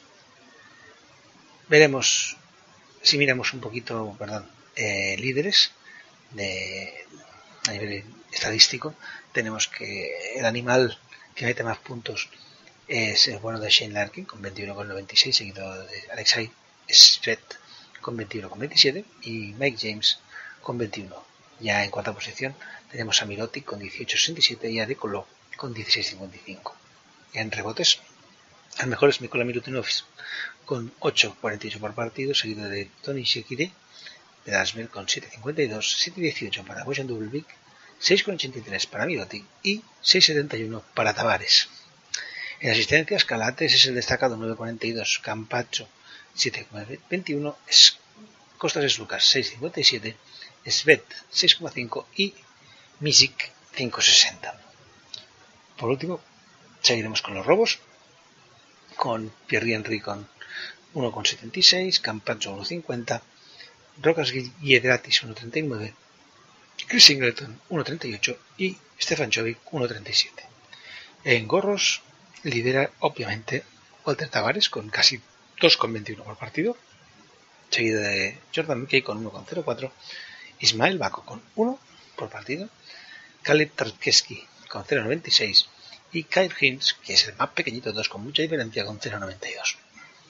Veremos, si miramos un poquito, perdón, eh, líderes de, a nivel estadístico, tenemos que el animal que mete más puntos es el bueno de Shane Larkin con veintiuno coma noventa y seis, seguido de Alexei Svet con veintiuno coma veintisiete y Mike James con veintiuno. Ya en cuarta posición tenemos a Mirotic con dieciocho coma sesenta y siete y a Dekolo con dieciséis coma cincuenta y cinco. En rebotes, el mejor es Nikola Milutinov con ocho coma cuarenta y ocho por partido, seguido de Tony Shekiri de Dasmer con siete coma cincuenta y dos, siete coma dieciocho para Bojan Dubelvik, seis coma ochenta y tres para Mirotic y seis coma setenta y uno para Tavares. En asistencias, Calates es el destacado, nueve coma cuarenta y dos, Campacho siete coma veintiuno, Costas Lucas seis coma cincuenta y siete, Svet seis coma cinco y Misic cinco coma sesenta. Por último, seguiremos con los robos, con Pierre Henry con uno coma setenta y seis, Campacho uno coma cincuenta, Rocas Giedratis uno coma treinta y nueve, Chris Singleton uno coma treinta y ocho y Stefan Jovic uno coma treinta y siete. En gorros lidera obviamente Walter Tavares con casi dos coma veintiuno por partido, seguido de Jordan McKay con uno coma cero cuatro, Ismael Bako con uno por partido, Caleb Tarkeski con cero coma noventa y seis y Kyle Hines, que es el más pequeñito de dos con mucha diferencia, con cero coma noventa y dos.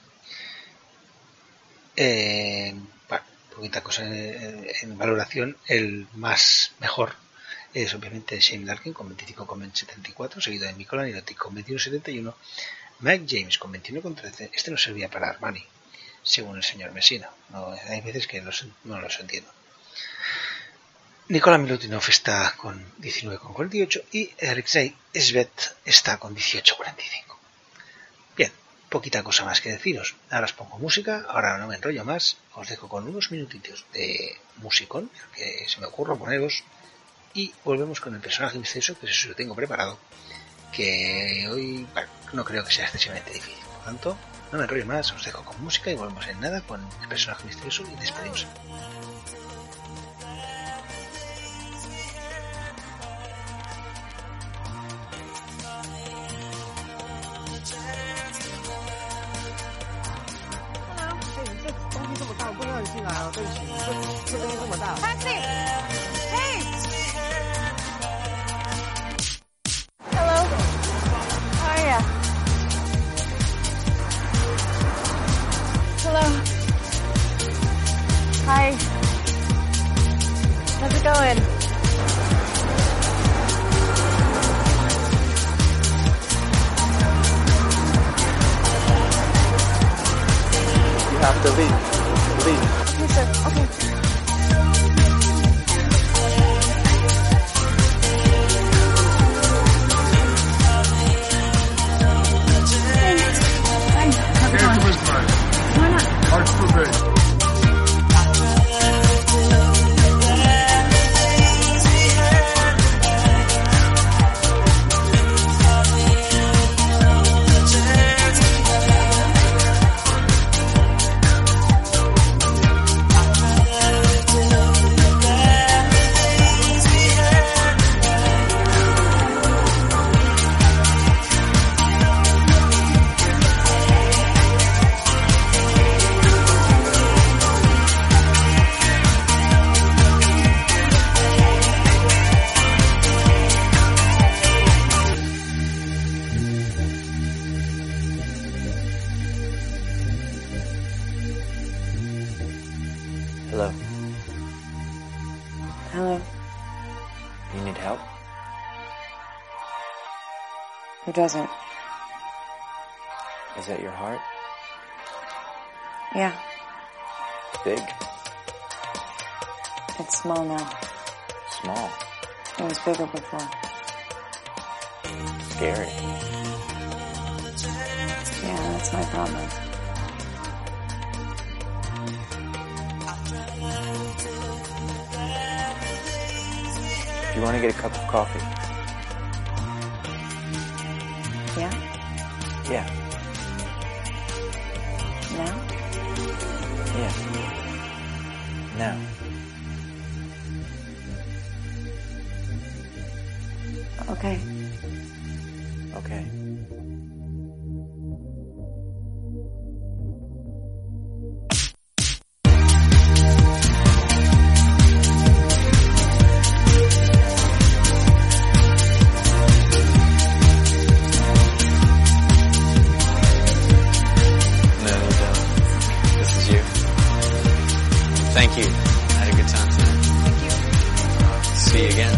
Eh, bueno, poquita cosa en, en valoración. El más mejor es obviamente Shane Larkin con veinticinco coma setenta y cuatro, seguido de Nikola Mirotic con veintiuno coma setenta y uno, Mike James con veintiuno coma trece. Este no servía para Armani, según el señor Messina. No, hay veces que los, no los entiendo. Nikola Milutinov está con diecinueve coma cuarenta y ocho y Alexei Svet está con dieciocho coma cuarenta y cinco. Bien, poquita cosa más que deciros. Ahora os pongo música, ahora no me enrollo más, os dejo con unos minutitos de musicón que se me ocurre poneros y volvemos con el personaje misterioso, que eso lo tengo preparado, que hoy bueno, no creo que sea excesivamente difícil. Por lo tanto, no me enrollo más, os dejo con música y volvemos en nada con el personaje misterioso y despedimos. Taxi! Hey! Hello? How are ya? Hello? Hi. How's it going? have to leave. Leave. Yes, sir. Okay. Why not? Hearts forbid. Hello. Hello. You need help? Who doesn't? Is that your heart? Yeah, Big? it's small now. Small? It was bigger before. Scary? Yeah, that's my problem. Do you want to get a cup of coffee? Yeah? Yeah. Now? Yeah. Now. Okay. Okay. No, no, no. This is you. Thank you. I had a good time tonight. Thank you. See you again.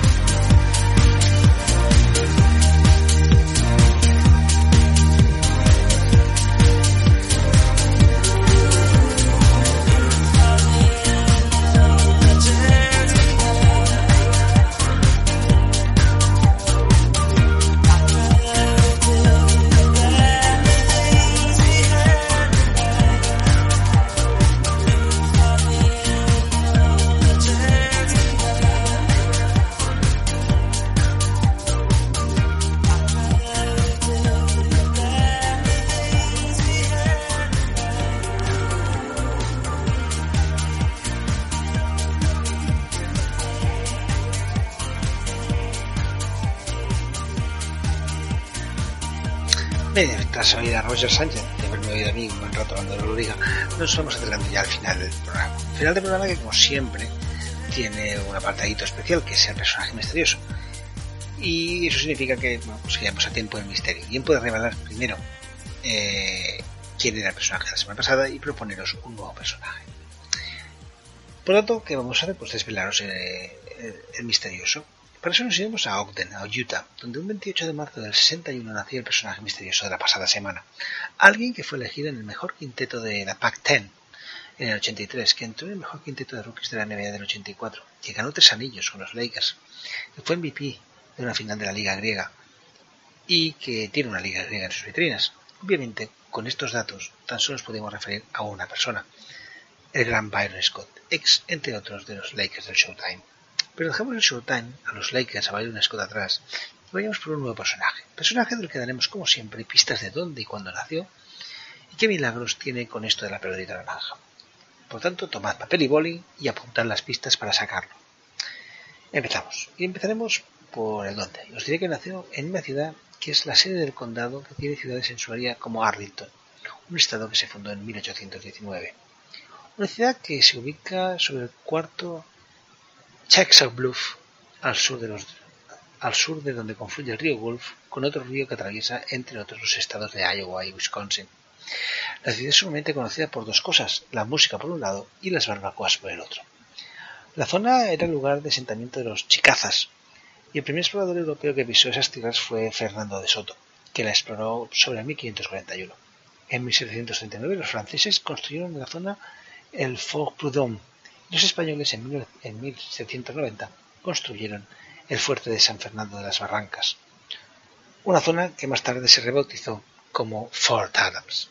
Bien, tras oír a Roger Sánchez y haberme oído a mí un buen rato hablando de la Euroliga, nos vamos acercando ya al final del programa. Final del programa que, como siempre, tiene un apartadito especial, que es el personaje misterioso. Y eso significa que, bueno, pues que vamos a tiempo del misterio. ¿Quién puede revelar primero eh, quién era el personaje de la semana pasada y proponeros un nuevo personaje? Por lo tanto, ¿qué vamos a hacer? Pues desvelaros eh, el, el misterioso. Para eso nos iremos a Ogden, a Utah, donde un veintiocho de marzo del sesenta y uno nació el personaje misterioso de la pasada semana. Alguien que fue elegido en el mejor quinteto de la Pac diez en el ochenta y tres, que entró en el mejor quinteto de rookies de la N B A del ochenta y cuatro, que ganó tres anillos con los Lakers, que fue M V P de una final de la Liga Griega y que tiene una Liga Griega en sus vitrinas. Obviamente, con estos datos tan solo nos podemos referir a una persona, el gran Byron Scott, ex, entre otros, de los Lakers del Showtime. Pero dejemos el Showtime, a los Lakers, a Byron Scott atrás, y vayamos por un nuevo personaje. Personaje del que daremos, como siempre, pistas de dónde y cuándo nació, y qué milagros tiene con esto de la pelotita naranja. Por tanto, tomad papel y boli y apuntad las pistas para sacarlo. Empezamos. Y empezaremos por el dónde. Os diré que nació en una ciudad que es la sede del condado, que tiene ciudades en su área como Arlington, un estado que se fundó en mil ochocientos diecinueve. Una ciudad que se ubica sobre el cuarto Chickasaw Bluff, al sur de los al sur de donde confluye el río Wolf con otro río que atraviesa, entre otros, los estados de Iowa y Wisconsin. La ciudad es sumamente conocida por dos cosas, la música por un lado y las barbacoas por el otro. La zona era el lugar de asentamiento de los chicazas, y el primer explorador europeo que pisó esas tierras fue Fernando de Soto, que la exploró sobre mil quinientos cuarenta y uno. En mil setecientos treinta y nueve los franceses construyeron en la zona el Fort Prudhomme. Los españoles en mil setecientos noventa construyeron el fuerte de San Fernando de las Barrancas, una zona que más tarde se rebautizó como Fort Adams.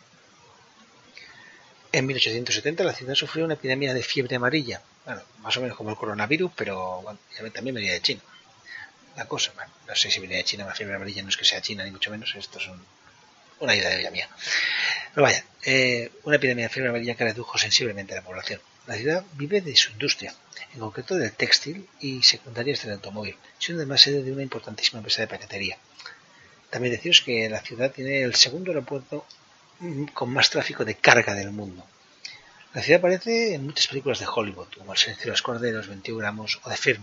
En mil ochocientos setenta la ciudad sufrió una epidemia de fiebre amarilla, bueno, más o menos como el coronavirus, pero bueno, también venía de China. La cosa, bueno, no sé si venía de China, la fiebre amarilla no es que sea China ni mucho menos, esto es un, una idea de olla mía. Pero vaya, eh, una epidemia de fiebre amarilla que redujo sensiblemente a la población. La ciudad vive de su industria, en concreto del textil y secundarias del automóvil, siendo además sede de una importantísima empresa de paquetería. También deciros que la ciudad tiene el segundo aeropuerto con más tráfico de carga del mundo. La ciudad aparece en muchas películas de Hollywood, como El silencio de los corderos, veintiún gramos o The Firm,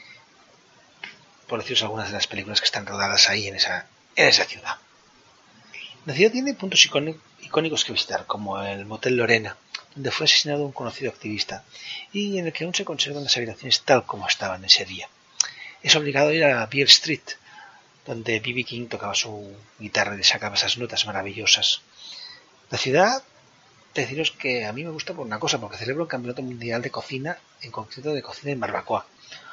por deciros algunas de las películas que están rodadas ahí en esa, en esa ciudad. La ciudad tiene puntos icónicos que visitar, como el Motel Lorena, donde fue asesinado un conocido activista y en el que aún se conservan las habitaciones tal como estaban ese día. Es obligado a ir a Beale Street, donde B B King tocaba su guitarra y sacaba esas notas maravillosas. La ciudad, deciros que a mí me gusta por una cosa, porque celebra un campeonato mundial de cocina, en concreto de cocina en barbacoa.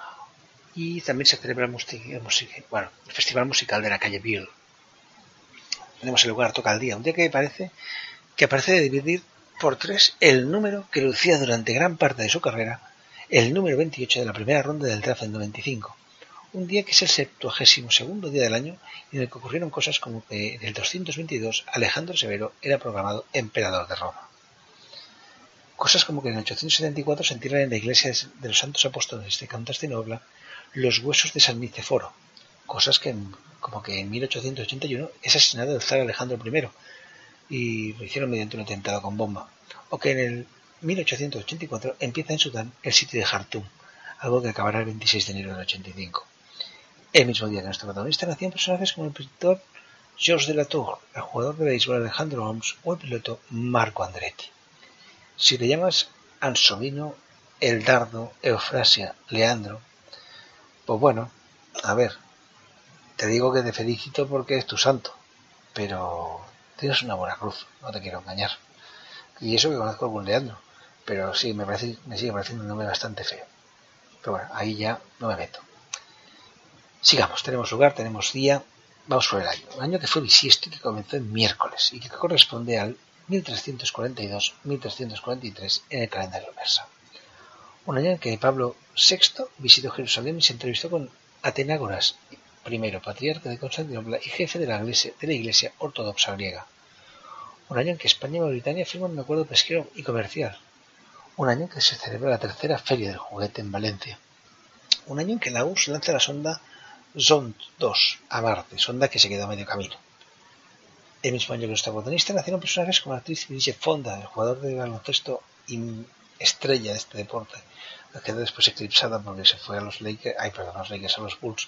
Y también se celebra el, el, bueno, el festival musical de la calle Beale. Tenemos el lugar Toca al Día, un día que parece que parece de dividir por tres el número que lucía durante gran parte de su carrera, el número veintiocho de la primera ronda del draft del noventa y cinco. Un día que es el septuagésimo segundo día del año y en el que ocurrieron cosas como que en el doscientos veintidós Alejandro Severo era proclamado emperador de Roma. Cosas como que en el ochocientos setenta y cuatro se entierran en la iglesia de los Santos Apóstoles de Constantinopla los huesos de San Niceforo. Cosas que, como que en mil ochocientos ochenta y uno es asesinado el zar Alejandro primero y lo hicieron mediante un atentado con bomba. O que en el mil ochocientos ochenta y cuatro empieza en Sudán el sitio de Jartum, algo que acabará el veintiséis de enero del ochenta y cinco. El mismo día que nuestro protagonista nacían personajes como el pintor Georges de la Tour, el jugador de béisbol Alejandro Holmes o el piloto Marco Andretti. Si te llamas Ansovino, Eldardo, Eufrasia, Leandro, pues bueno, a ver, te digo que te felicito porque es tu santo, pero tienes una buena cruz, no te quiero engañar. Y eso que conozco algún Leandro, pero sí, me, parece, me sigue pareciendo un nombre bastante feo. Pero bueno, ahí ya no me meto. Sigamos, tenemos lugar, tenemos día, vamos por el año. Un año que fue bisiesto y que comenzó en miércoles y que corresponde al mil trescientos cuarenta y dos a mil trescientos cuarenta y tres en el calendario persa. Un año en que Pablo sexto visitó Jerusalén y se entrevistó con Atenágoras, primero patriarca de Constantinopla y jefe de la iglesia, de la iglesia ortodoxa griega. Un año en que España y Mauritania firman un acuerdo pesquero y comercial. Un año en que se celebra la tercera Feria del Juguete en Valencia. Un año en que la U S lanza la sonda Zond dos a Marte, sonda que se quedó a medio camino. El mismo año que nuestra protagonista nacieron personajes como la actriz Bridget Fonda, el jugador de baloncesto estrella de este deporte, que quedó después eclipsada porque se fue a los Lakers, ay perdón, a los Lakers, a los Bulls,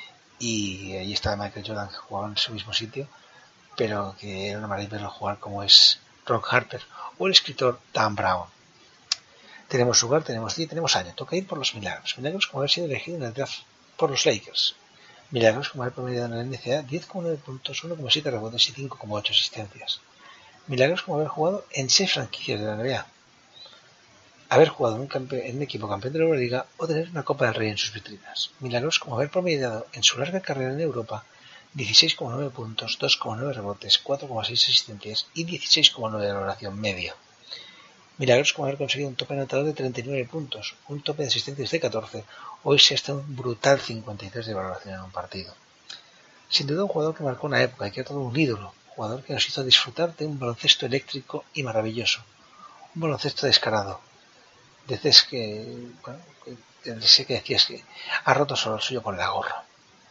y allí estaba Michael Jordan que jugaba en su mismo sitio, pero que era una maravilla verlo jugar como es Ron Harper, o el escritor Dan Brown. Tenemos lugar, tenemos día, tenemos año, toca ir por los milagros, milagros como haber sido elegido en el draft por los Lakers, milagros como haber promediado en la N C A diez coma nueve puntos, uno coma siete rebotes y cinco coma ocho asistencias, milagros como haber jugado en seis franquicias de la N B A, haber jugado en un, campe- en un equipo campeón de la Euroliga o tener una Copa del Rey en sus vitrinas, milagros como haber promediado en su larga carrera en Europa dieciséis coma nueve puntos, dos coma nueve rebotes, cuatro coma seis asistencias y dieciséis coma nueve de valoración media. Milagros como haber conseguido un tope anotador de treinta y nueve puntos, un tope de asistencias de catorce o irse hasta un brutal cincuenta y tres de valoración en un partido. Sin duda un jugador que marcó una época y que era todo un ídolo, un jugador que nos hizo disfrutar de un baloncesto eléctrico y maravilloso, un baloncesto descarado. Dices que, bueno, que sé que decías que ha roto solo el suyo con la gorra.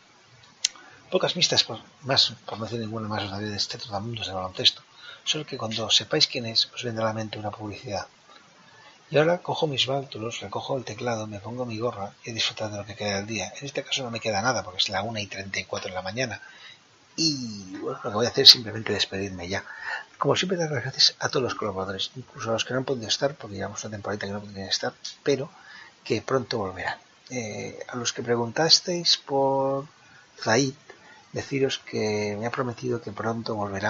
Pocas vistas por, más, por no decir ninguna más, os daré de este trotamundos de baloncesto. Solo que cuando sepáis quién es, os vendrá a la mente una publicidad. Y ahora cojo mis báltulos, recojo el teclado, me pongo mi gorra y disfrutar de lo que queda del día. En este caso no me queda nada porque es la una y treinta y cuatro de la mañana. Y bueno, lo que voy a hacer es simplemente despedirme ya. Como siempre, dar las gracias a todos los colaboradores, incluso a los que no han podido estar, porque llevamos una temporada que no podían estar, pero que pronto volverán. Eh, a los que preguntasteis por Zaid, deciros que me ha prometido que pronto volverá y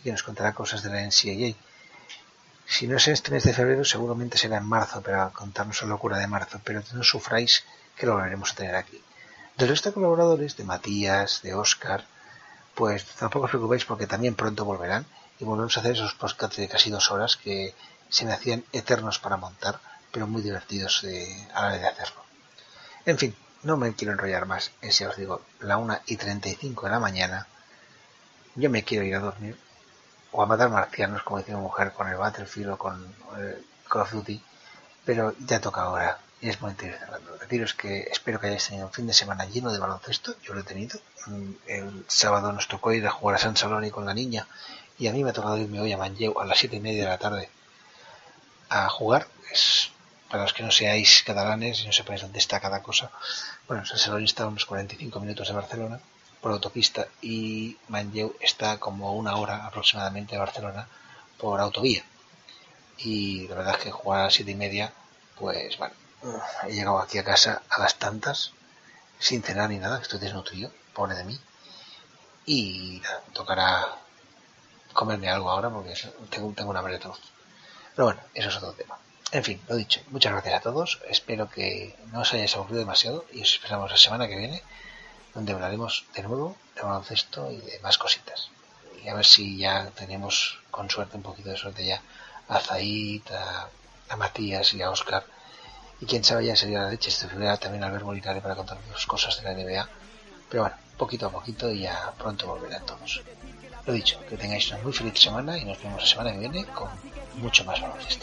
y nos contará cosas de la N C A A. Si no es en este mes de febrero, seguramente será en marzo, para contarnos la locura de marzo, pero no sufráis que lo volveremos a tener aquí. Del resto de colaboradores, de Matías, de Óscar, pues tampoco os preocupéis porque también pronto volverán y volvemos a hacer esos podcasts de casi dos horas que se me hacían eternos para montar, pero muy divertidos de, a la hora de hacerlo. En fin, no me quiero enrollar más, es ya os digo, la una y treinta y cinco de la mañana, yo me quiero ir a dormir, o a matar marcianos, como dice mi mujer, con el Battlefield o con el Call of Duty, pero ya toca ahora y es momento de ir cerrando. Deciros que espero que hayáis tenido un fin de semana lleno de baloncesto, yo lo he tenido. El sábado nos tocó ir a jugar a San Saloni con la niña y a mí me ha tocado irme hoy a Manlleu a las siete y media de la tarde a jugar. Es, para los que no seáis catalanes y no sepáis dónde está cada cosa, bueno, San Saloni está a unos cuarenta y cinco minutos de Barcelona por autopista y Manlleu está como una hora aproximadamente de Barcelona por autovía, y la verdad es que jugar a las siete y media, pues bueno, he llegado aquí a casa a las tantas sin cenar ni nada, que estoy desnutrido, pobre de mí, y nada, tocará comerme algo ahora porque tengo, tengo una hambre de todo. Pero bueno, eso es otro tema. En fin, lo dicho, muchas gracias a todos, espero que no os hayáis aburrido demasiado y os esperamos la semana que viene, donde hablaremos de nuevo de baloncesto y de más cositas. Y a ver si ya tenemos, con suerte, un poquito de suerte ya, a Zaid, a, a Matías y a Óscar. Y quién sabe, ya sería la leche si estuviera también Albert Molinari para contarnos cosas de la N B A. Pero bueno, poquito a poquito y ya pronto volverán todos. Lo dicho, que tengáis una muy feliz semana y nos vemos la semana que viene con mucho más baloncesto.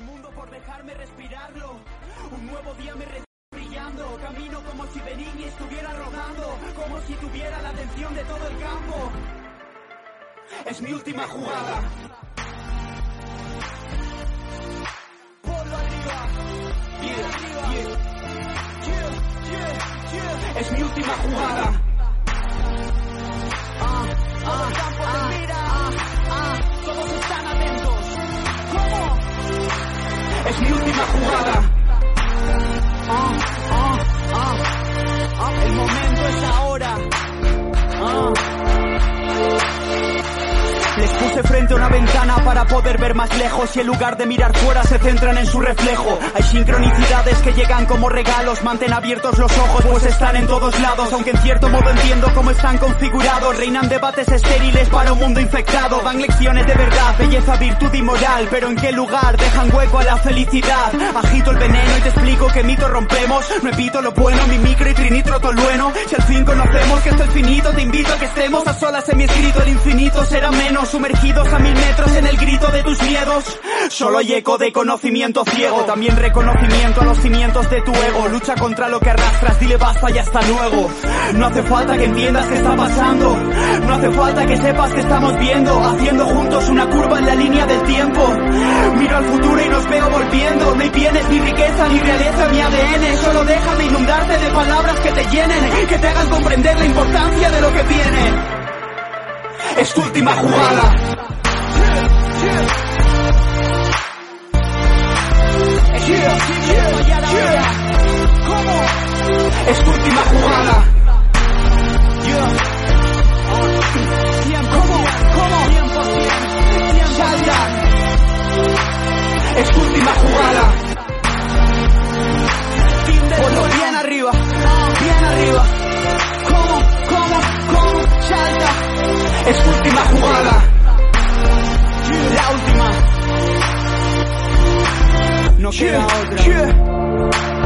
Camino como si Benigni estuviera rodando, como si tuviera la atención de todo el campo. Es mi última jugada. Polo arriba. Yeah, yeah. Yeah, yeah, yeah. Es mi última jugada. Ah, ah, campo ah, te mira. Ah, ah, todos están atentos. ¿Cómo? Es mi última jugada. Ah, ah, ah, ah, el momento es ahora. Ah. Les puse frente a una ventana para poder ver más lejos y en lugar de mirar fuera se centran en su reflejo. Hay sincronicidades que llegan como regalos, mantén abiertos los ojos pues están en todos lados. Aunque en cierto modo entiendo cómo están configurados, reinan debates estériles para un mundo infectado. Dan lecciones de verdad, belleza, virtud y moral, pero en qué lugar dejan hueco a la felicidad. Agito el veneno y te explico qué mito rompemos. Repito lo bueno, mi micro y trinitro tolueno. Si al fin conocemos que esto es finito, te invito a que estemos a solas en mi escrito. El infinito será menos, sumergidos a mil metros en el grito de tus miedos. Solo hay eco de conocimiento ciego, también reconocimiento a los cimientos de tu ego. Lucha contra lo que arrastras, dile basta y hasta luego. No hace falta que entiendas qué está pasando, no hace falta que sepas que estamos viendo, haciendo juntos una curva en la línea del tiempo. Miro al futuro y nos veo volviendo. No hay bienes, ni riqueza, ni realeza, mi A D N. Solo déjame inundarte de palabras que te llenen, que te hagan comprender la importancia de lo que viene. Es tu última jugada. Es tu última jugada. ¿Cómo? ¿Cómo? Salta. Es tu última jugada. Ponlo bien arriba, bien arriba. ¿Cómo? ¿Cómo? ¿Cómo? Salta. Es tu última jugada. La última. No queda otra.